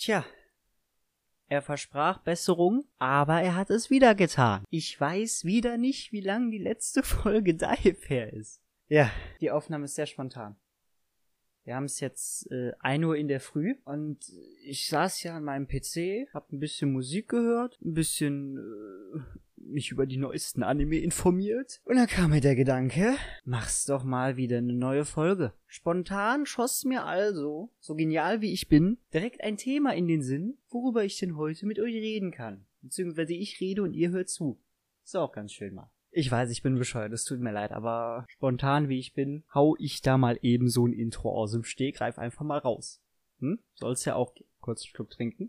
Tja, er versprach Besserung, aber er hat es wieder getan. Ich weiß wieder nicht, wie lang die letzte Folge Dive her ist. Ja, die Aufnahme ist sehr spontan. Wir haben es jetzt 1 Uhr in der Früh und ich saß ja an meinem PC, hab ein bisschen Musik gehört, ein bisschen mich über die neuesten Anime informiert. Und dann kam mir der Gedanke, mach's doch mal wieder eine neue Folge. Spontan schoss mir also, so genial wie ich bin, direkt ein Thema in den Sinn, worüber ich denn heute mit euch reden kann. Beziehungsweise ich rede und ihr hört zu. Ist auch ganz schön mal. Ich weiß, ich bin bescheuert, es tut mir leid, aber spontan wie ich bin, hau ich da mal eben so ein Intro aus dem Stegreif einfach mal raus. Soll's ja auch gehen. Kurz einen Schluck trinken.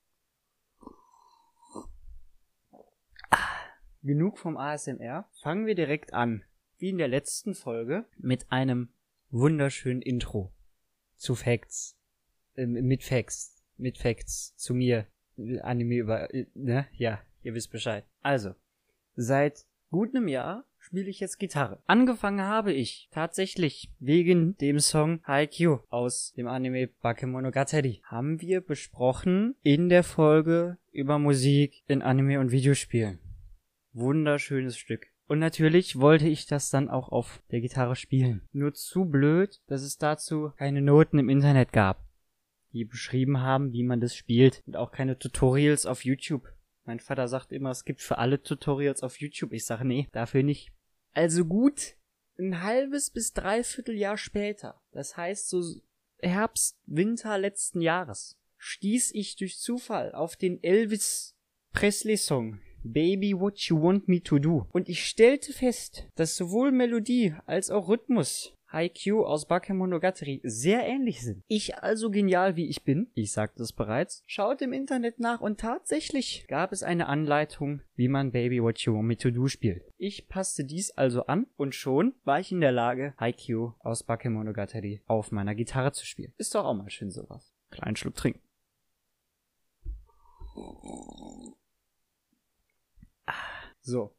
Genug vom ASMR. Fangen wir direkt an, wie in der letzten Folge, mit einem wunderschönen Intro. Zu Facts. Mit Facts. Zu mir. Anime über, ne? Ja, ihr wisst Bescheid. Also, seit gut einem Jahr spiele ich jetzt Gitarre. Angefangen habe ich tatsächlich wegen dem Song Haikyuu aus dem Anime Bakemonogatari. Haben wir besprochen in der Folge über Musik in Anime und Videospielen. Wunderschönes Stück. Und natürlich wollte ich das dann auch auf der Gitarre spielen. Nur zu blöd, dass es dazu keine Noten im Internet gab, die beschrieben haben, wie man das spielt. Und auch keine Tutorials auf YouTube. Mein Vater sagt immer, es gibt für alle Tutorials auf YouTube. Ich sage, nee, dafür nicht. Also gut, ein halbes bis 3/4 Jahr später, das heißt so Herbst, Winter letzten Jahres, stieß ich durch Zufall auf den Elvis Presley-Song Baby What You Want Me To Do. Und ich stellte fest, dass sowohl Melodie als auch Rhythmus Haikyuu aus Bakemonogatari sehr ähnlich sind. Ich also genial wie ich bin, ich sagte es bereits, schaute im Internet nach und tatsächlich gab es eine Anleitung, wie man Baby What You Want Me To Do spielt. Ich passte dies also an und schon war ich in der Lage, Haikyuu aus Bakemonogatari auf meiner Gitarre zu spielen. Ist doch auch mal schön sowas. Kleinen Schluck trinken. So,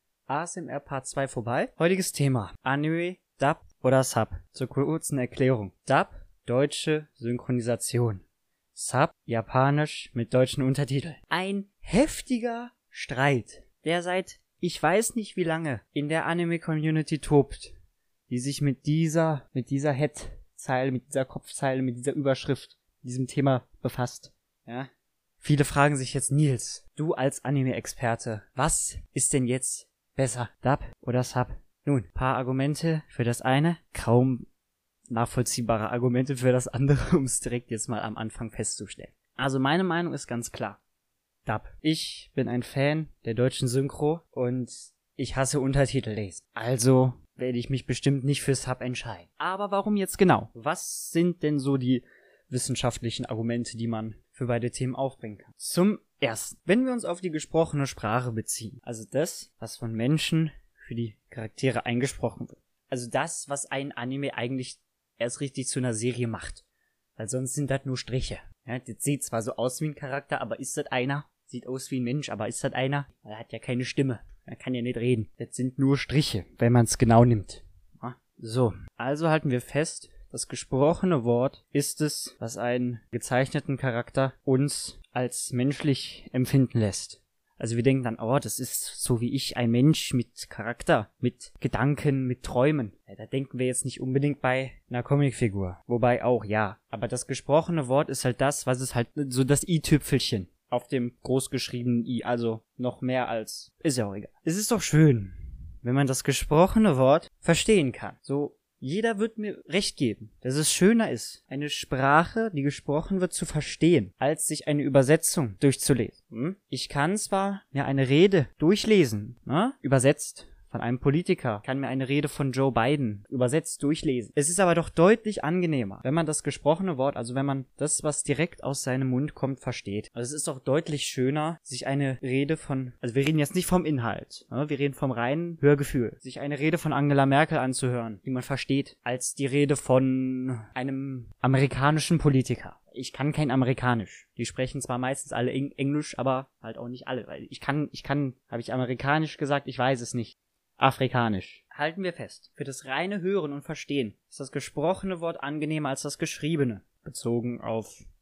ASMR Part 2 vorbei. Heutiges Thema, Anime, Dub oder Sub. Zur kurzen Erklärung. Dub, deutsche Synchronisation. Sub, japanisch mit deutschen Untertiteln. Ein heftiger Streit, der seit ich weiß nicht wie lange in der Anime-Community tobt, die sich mit dieser Head-Zeile, mit dieser Kopfzeile, mit dieser Überschrift, diesem Thema befasst. Ja. Viele fragen sich jetzt, Nils, du als Anime-Experte, was ist denn jetzt besser, Dub oder Sub? Nun, paar Argumente für das eine, kaum nachvollziehbare Argumente für das andere, um es direkt jetzt mal am Anfang festzustellen. Also meine Meinung ist ganz klar. Dub. Ich bin ein Fan der deutschen Synchro und ich hasse Untertitel lesen. Also werde ich mich bestimmt nicht für Sub entscheiden. Aber warum jetzt genau? Was sind denn so die wissenschaftlichen Argumente, die man für beide Themen aufbringen kann? Zum ersten, wenn wir uns auf die gesprochene Sprache beziehen, also das, was von Menschen für die Charaktere eingesprochen wird. Also das, was ein Anime eigentlich erst richtig zu einer Serie macht. Weil sonst sind das nur Striche. Ja, das sieht zwar so aus wie ein Charakter, aber ist das einer? Sieht aus wie ein Mensch, aber ist das einer? Weil er hat ja keine Stimme. Er kann ja nicht reden. Das sind nur Striche, wenn man es genau nimmt. Ja. So, also halten wir fest, das gesprochene Wort ist es, was einen gezeichneten Charakter uns als menschlich empfinden lässt. Also wir denken dann, oh, das ist so wie ich, ein Mensch mit Charakter, mit Gedanken, mit Träumen. Ja, da denken wir jetzt nicht unbedingt bei einer Comicfigur. Wobei auch, ja. Aber das gesprochene Wort ist halt das, was es halt, so das i-Tüpfelchen auf dem großgeschriebenen i. Also noch mehr als, ist ja auch egal. Es ist doch schön, wenn man das gesprochene Wort verstehen kann. So, jeder wird mir recht geben, dass es schöner ist, eine Sprache, die gesprochen wird, zu verstehen, als sich eine Übersetzung durchzulesen. Ich kann zwar mir eine Rede durchlesen, übersetzt von einem Politiker, kann mir eine Rede von Joe Biden übersetzt durchlesen. Es ist aber doch deutlich angenehmer, wenn man das gesprochene Wort, also wenn man das, was direkt aus seinem Mund kommt, versteht. Also es ist doch deutlich schöner, sich eine Rede von, also wir reden jetzt nicht vom Inhalt, wir reden vom reinen Hörgefühl, sich eine Rede von Angela Merkel anzuhören, die man versteht, als die Rede von einem amerikanischen Politiker. Ich kann kein Amerikanisch. Die sprechen zwar meistens alle Englisch, aber halt auch nicht alle, weil ich kann, habe ich Amerikanisch gesagt? Ich weiß es nicht. Afrikanisch. Halten wir fest. Für das reine Hören und Verstehen ist das gesprochene Wort angenehmer als das geschriebene. Bezogen auf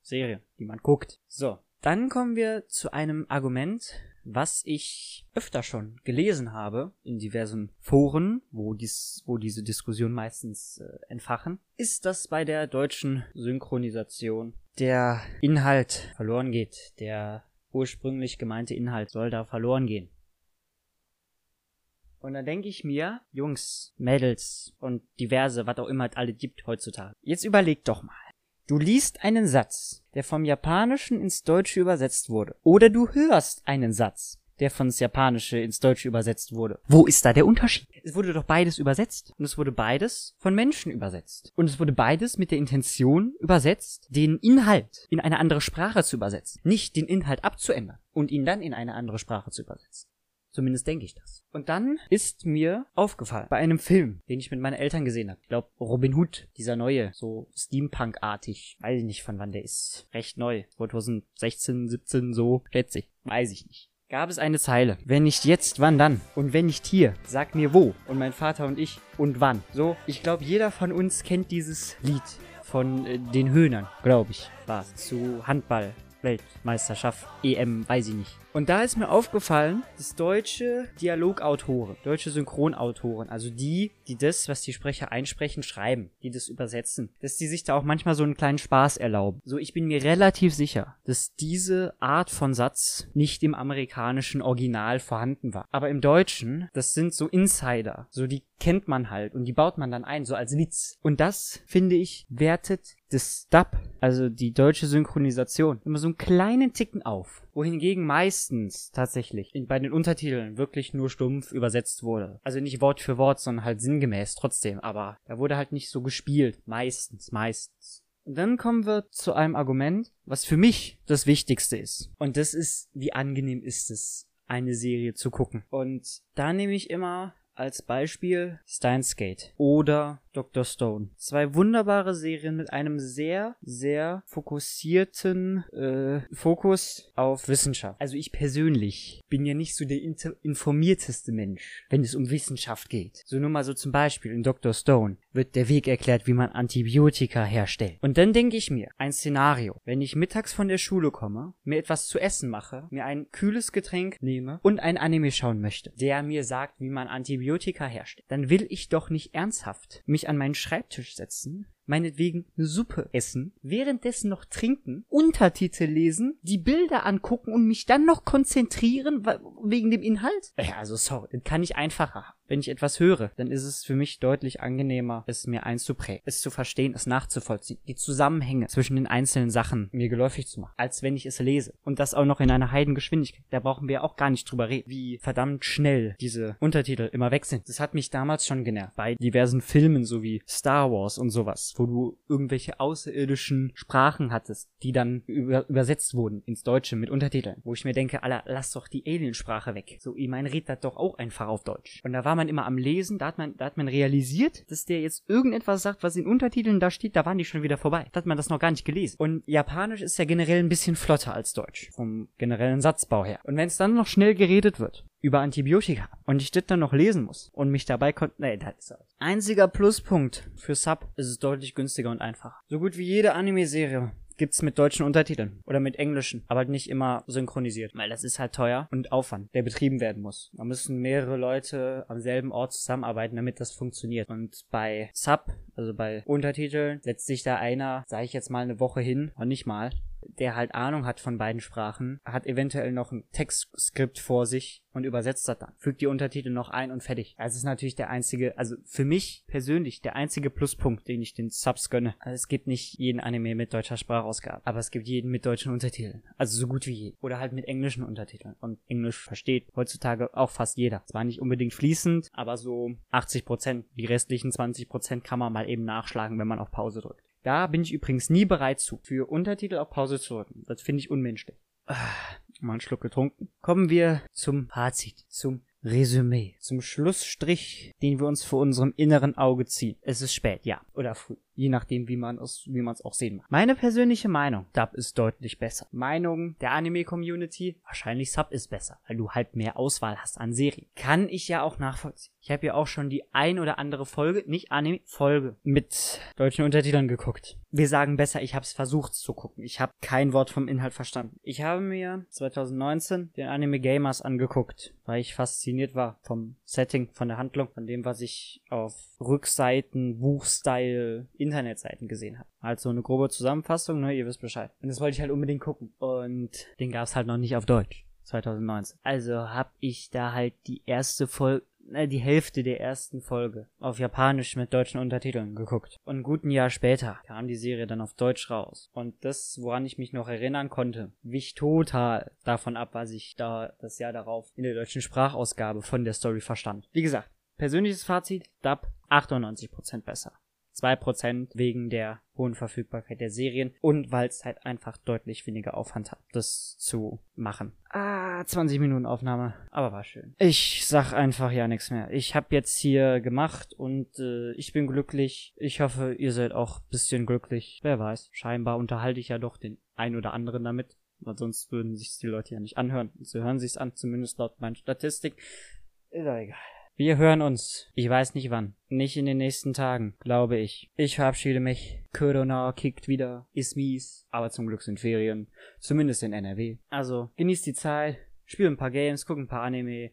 Serien, die man guckt. So, dann kommen wir zu einem Argument, was ich öfter schon gelesen habe in diversen Foren, wo diese Diskussion meistens entfachen, ist, dass bei der deutschen Synchronisation der Inhalt verloren geht. Der ursprünglich gemeinte Inhalt soll da verloren gehen. Und dann denke ich mir, Jungs, Mädels und diverse, was auch immer es alle gibt heutzutage. Jetzt überleg doch mal. Du liest einen Satz, der vom Japanischen ins Deutsche übersetzt wurde. Oder du hörst einen Satz, der von ins Japanische ins Deutsche übersetzt wurde. Wo ist da der Unterschied? Es wurde doch beides übersetzt. Und es wurde beides von Menschen übersetzt. Und es wurde beides mit der Intention übersetzt, den Inhalt in eine andere Sprache zu übersetzen. Nicht den Inhalt abzuändern und ihn dann in eine andere Sprache zu übersetzen. Zumindest denke ich das. Und dann ist mir aufgefallen, bei einem Film, den ich mit meinen Eltern gesehen habe, ich glaube Robin Hood, dieser neue, so Steampunk-artig, weiß ich nicht von wann der ist, recht neu, 2016, 17 so, schätze ich, weiß ich nicht. Gab es eine Zeile, wenn nicht jetzt, wann dann? Und wenn nicht hier, sag mir wo. Und mein Vater und ich, und wann. So, ich glaube jeder von uns kennt dieses Lied von den Höhnern, glaube ich, war es, zu Handball. Weltmeisterschaft, EM, weiß ich nicht. Und da ist mir aufgefallen, dass deutsche Dialogautoren, deutsche Synchronautoren, also die das, was die Sprecher einsprechen, schreiben, die das übersetzen, dass die sich da auch manchmal so einen kleinen Spaß erlauben. So, ich bin mir relativ sicher, dass diese Art von Satz nicht im amerikanischen Original vorhanden war. Aber im Deutschen, das sind so Insider, so die kennt man halt und die baut man dann ein, so als Witz. Und das, finde ich, wertet das Dub, also die deutsche Synchronisation, immer so einen kleinen Ticken auf. Wohingegen meistens tatsächlich bei den Untertiteln wirklich nur stumpf übersetzt wurde. Also nicht Wort für Wort, sondern halt sinngemäß trotzdem. Aber da wurde halt nicht so gespielt. Meistens. Und dann kommen wir zu einem Argument, was für mich das Wichtigste ist. Und das ist, wie angenehm ist es, eine Serie zu gucken. Und da nehme ich immer als Beispiel Steins Gate oder Dr. Stone. 2 wunderbare Serien mit einem sehr, sehr fokussierten Fokus auf Wissenschaft. Also ich persönlich bin ja nicht so der informierteste Mensch, wenn es um Wissenschaft geht. So nur mal so zum Beispiel in Dr. Stone wird der Weg erklärt, wie man Antibiotika herstellt. Und dann denke ich mir, ein Szenario, wenn ich mittags von der Schule komme, mir etwas zu essen mache, mir ein kühles Getränk nehme und ein Anime schauen möchte, der mir sagt, wie man Antibiotika herstellt, dann will ich doch nicht ernsthaft mich an meinen Schreibtisch setzen, meinetwegen eine Suppe essen, währenddessen noch trinken, Untertitel lesen, die Bilder angucken und mich dann noch konzentrieren wegen dem Inhalt? Ja, also sorry, das kann ich einfacher. Wenn ich etwas höre, dann ist es für mich deutlich angenehmer, es mir einzuprägen, es zu verstehen, es nachzuvollziehen, die Zusammenhänge zwischen den einzelnen Sachen mir geläufig zu machen, als wenn ich es lese. Und das auch noch in einer Heidengeschwindigkeit. Da brauchen wir auch gar nicht drüber reden, wie verdammt schnell diese Untertitel immer weg sind. Das hat mich damals schon genervt. Bei diversen Filmen, so wie Star Wars und sowas, wo du irgendwelche außerirdischen Sprachen hattest, die dann übersetzt wurden ins Deutsche mit Untertiteln. Wo ich mir denke, Alter, lass doch die Aliensprache weg. So, ich meine, red das doch auch einfach auf Deutsch. Und da war man immer am Lesen, da hat man realisiert, dass der jetzt irgendetwas sagt, was in Untertiteln da steht, da waren die schon wieder vorbei. Da hat man das noch gar nicht gelesen. Und Japanisch ist ja generell ein bisschen flotter als Deutsch, vom generellen Satzbau her. Und wenn es dann noch schnell geredet wird über Antibiotika und ich das dann noch lesen muss und mich dabei das ist alles. Einziger Pluspunkt für Sub ist es deutlich günstiger und einfacher. So gut wie jede Anime-Serie gibt's mit deutschen Untertiteln oder mit englischen, aber halt nicht immer synchronisiert, weil das ist halt teuer und Aufwand, der betrieben werden muss. Da müssen mehrere Leute am selben Ort zusammenarbeiten, damit das funktioniert. Und bei Sub, also bei Untertiteln, setzt sich da einer, sage ich jetzt mal, eine Woche hin und nicht mal, der halt Ahnung hat von beiden Sprachen, hat eventuell noch ein Textskript vor sich und übersetzt das dann. Fügt die Untertitel noch ein und fertig. Das ist natürlich der einzige, also für mich persönlich der einzige Pluspunkt, den ich den Subs gönne. Also es gibt nicht jeden Anime mit deutscher Sprachausgabe, aber es gibt jeden mit deutschen Untertiteln. Also so gut wie jeden. Oder halt mit englischen Untertiteln. Und Englisch versteht heutzutage auch fast jeder. Zwar nicht unbedingt fließend, aber so 80%. Die restlichen 20% kann man mal eben nachschlagen, wenn man auf Pause drückt. Da bin ich übrigens nie bereit zu, für Untertitel auf Pause zu drücken. Das finde ich unmenschlich. Mal einen Schluck getrunken. Kommen wir zum Fazit, zum Resümee, zum Schlussstrich, den wir uns vor unserem inneren Auge ziehen. Es ist spät, ja, oder früh. Je nachdem, wie man es auch sehen mag. Meine persönliche Meinung, Dub ist deutlich besser. Meinung der Anime-Community, wahrscheinlich Sub ist besser, weil du halt mehr Auswahl hast an Serien. Kann ich ja auch nachvollziehen. Ich habe ja auch schon die ein oder andere Folge, nicht Anime, Folge mit deutschen Untertiteln geguckt. Wir sagen besser, ich habe es versucht zu gucken. Ich habe kein Wort vom Inhalt verstanden. Ich habe mir 2019 den Anime Gamers angeguckt, weil ich fasziniert war vom Setting, von der Handlung, von dem, was ich auf Rückseiten, Buchstyle, Internetseiten gesehen habe. Also eine grobe Zusammenfassung, ne, ihr wisst Bescheid. Und das wollte ich halt unbedingt gucken. Und den gab es halt noch nicht auf Deutsch. 2019. Also habe ich da halt die Hälfte der ersten Folge auf Japanisch mit deutschen Untertiteln geguckt. Und ein guten Jahr später kam die Serie dann auf Deutsch raus. Und das, woran ich mich noch erinnern konnte, wich total davon ab, was ich da das Jahr darauf in der deutschen Sprachausgabe von der Story verstand. Wie gesagt, persönliches Fazit, Dub 98% besser. 2% wegen der hohen Verfügbarkeit der Serien und weil es halt einfach deutlich weniger Aufwand hat, das zu machen. 20 Minuten Aufnahme, aber war schön. Ich sag einfach ja nichts mehr. Ich hab jetzt hier gemacht und ich bin glücklich. Ich hoffe, ihr seid auch ein bisschen glücklich. Wer weiß, scheinbar unterhalte ich ja doch den ein oder anderen damit, weil sonst würden sich die Leute ja nicht anhören. Sie hören sich's an, zumindest laut meiner Statistik. Ist doch egal. Wir hören uns. Ich weiß nicht wann. Nicht in den nächsten Tagen, glaube ich. Ich verabschiede mich. Corona kickt wieder. Ist mies. Aber zum Glück sind Ferien. Zumindest in NRW. Also, genießt die Zeit. Spielt ein paar Games. Guckt ein paar Anime.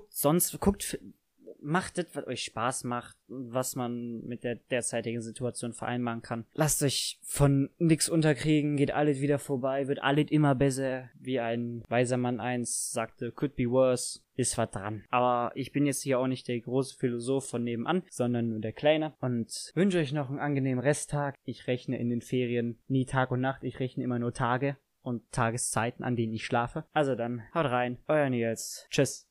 Macht das, was euch Spaß macht, was man mit der derzeitigen Situation vereinbaren kann. Lasst euch von nix unterkriegen, geht alles wieder vorbei, wird alles immer besser. Wie ein weiser Mann einst sagte, could be worse, ist was dran. Aber ich bin jetzt hier auch nicht der große Philosoph von nebenan, sondern nur der Kleine und wünsche euch noch einen angenehmen Resttag. Ich rechne in den Ferien nie Tag und Nacht, ich rechne immer nur Tage und Tageszeiten, an denen ich schlafe. Also dann, haut rein, euer Nils. Tschüss.